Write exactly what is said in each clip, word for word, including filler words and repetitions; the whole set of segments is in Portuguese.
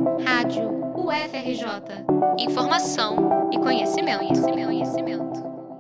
Rádio U F R J. Informação e conhecimento, conhecimento, conhecimento.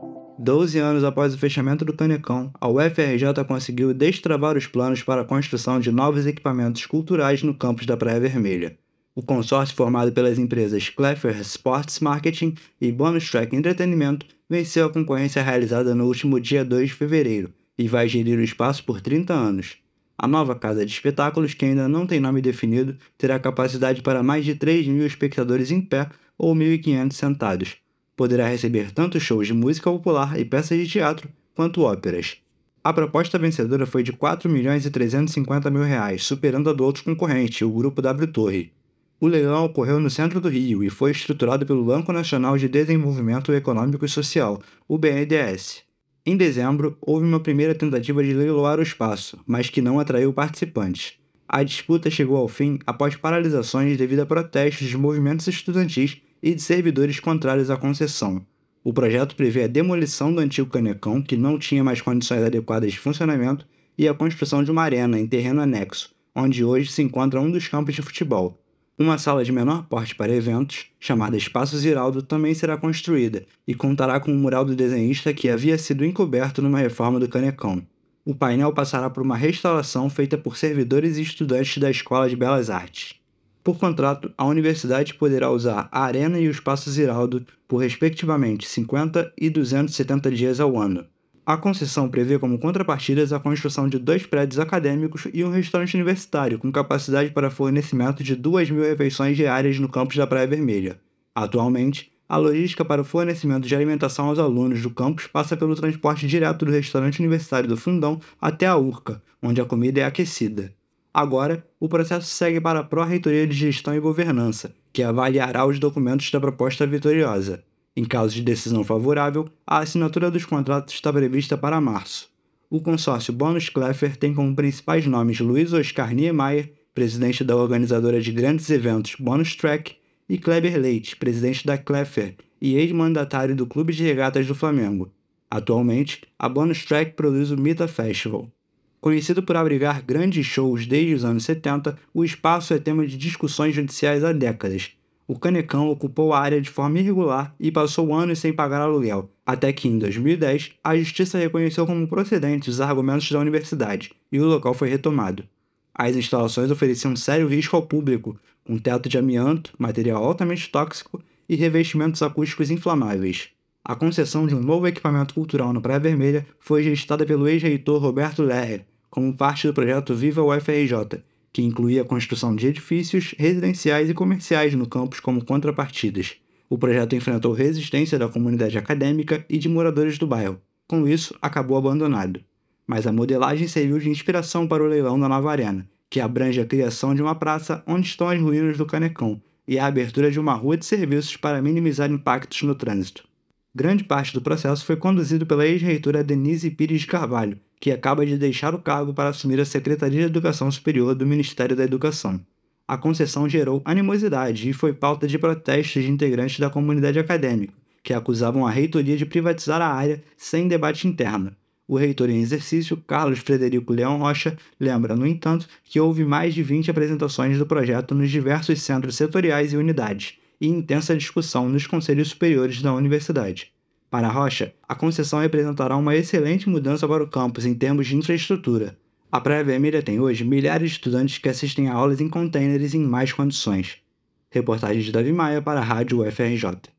doze anos após o fechamento do Canecão, a U F R J conseguiu destravar os planos para a construção de novos equipamentos culturais no campus da Praia Vermelha. O consórcio formado pelas empresas Clever Sports Marketing e Bonus Track Entretenimento venceu a concorrência realizada no último dia dois de fevereiro e vai gerir o espaço por trinta anos. A nova casa de espetáculos, que ainda não tem nome definido, terá capacidade para mais de três mil espectadores em pé ou mil e quinhentos sentados. Poderá receber tanto shows de música popular e peças de teatro, quanto óperas. A proposta vencedora foi de quatro milhões e trezentos e cinquenta mil reais, superando a do outro concorrente, o Grupo W Torre. O leilão ocorreu no centro do Rio e foi estruturado pelo Banco Nacional de Desenvolvimento Econômico e Social, o B N D E S. Em dezembro, houve uma primeira tentativa de leiloar o espaço, mas que não atraiu participantes. A disputa chegou ao fim após paralisações devido a protestos de movimentos estudantis e de servidores contrários à concessão. O projeto prevê a demolição do antigo Canecão, que não tinha mais condições adequadas de funcionamento, e a construção de uma arena em terreno anexo, onde hoje se encontra um dos campos de futebol. Uma sala de menor porte para eventos, chamada Espaço Ziraldo, também será construída e contará com um mural do desenhista que havia sido encoberto numa reforma do Canecão. O painel passará por uma restauração feita por servidores e estudantes da Escola de Belas Artes. Por contrato, a universidade poderá usar a arena e o Espaço Ziraldo por, respectivamente, cinquenta e duzentos e setenta dias ao ano. A concessão prevê como contrapartidas a construção de dois prédios acadêmicos e um restaurante universitário com capacidade para fornecimento de duas mil refeições diárias no campus da Praia Vermelha. Atualmente, a logística para o fornecimento de alimentação aos alunos do campus passa pelo transporte direto do restaurante universitário do Fundão até a Urca, onde a comida é aquecida. Agora, o processo segue para a Pró-Reitoria de Gestão e Governança, que avaliará os documentos da proposta vitoriosa. Em caso de decisão favorável, a assinatura dos contratos está prevista para março. O consórcio Bonus Clever tem como principais nomes Luiz Oscar Niemeyer, presidente da organizadora de grandes eventos Bonus Track, e Kleber Leite, presidente da Clever e ex-mandatário do Clube de Regatas do Flamengo. Atualmente, a Bonus Track produz o Mita Festival. Conhecido por abrigar grandes shows desde os anos setenta, o espaço é tema de discussões judiciais há décadas. O Canecão ocupou a área de forma irregular e passou anos sem pagar aluguel, até que, em dois mil e dez, a Justiça reconheceu como procedentes os argumentos da universidade e o local foi retomado. As instalações ofereciam sério risco ao público, com teto de amianto, material altamente tóxico e revestimentos acústicos inflamáveis. A concessão de um novo equipamento cultural na Praia Vermelha foi gestada pelo ex-reitor Roberto Lerrer, como parte do projeto Viva U F R J, que incluía a construção de edifícios residenciais e comerciais no campus como contrapartidas. O projeto enfrentou resistência da comunidade acadêmica e de moradores do bairro. Com isso, acabou abandonado. Mas a modelagem serviu de inspiração para o leilão da nova arena, que abrange a criação de uma praça onde estão as ruínas do Canecão e a abertura de uma rua de serviços para minimizar impactos no trânsito. Grande parte do processo foi conduzido pela ex-reitora Denise Pires de Carvalho, que acaba de deixar o cargo para assumir a Secretaria de Educação Superior do Ministério da Educação. A concessão gerou animosidade e foi pauta de protestos de integrantes da comunidade acadêmica, que acusavam a reitoria de privatizar a área sem debate interno. O reitor em exercício, Carlos Frederico Leão Rocha, lembra, no entanto, que houve mais de vinte apresentações do projeto nos diversos centros setoriais e unidades, e intensa discussão nos conselhos superiores da universidade. Para Rocha, a concessão representará uma excelente mudança para o campus em termos de infraestrutura. A Praia Vermelha tem hoje milhares de estudantes que assistem a aulas em containers em mais condições. Reportagem de Davi Maia para a Rádio U F R J.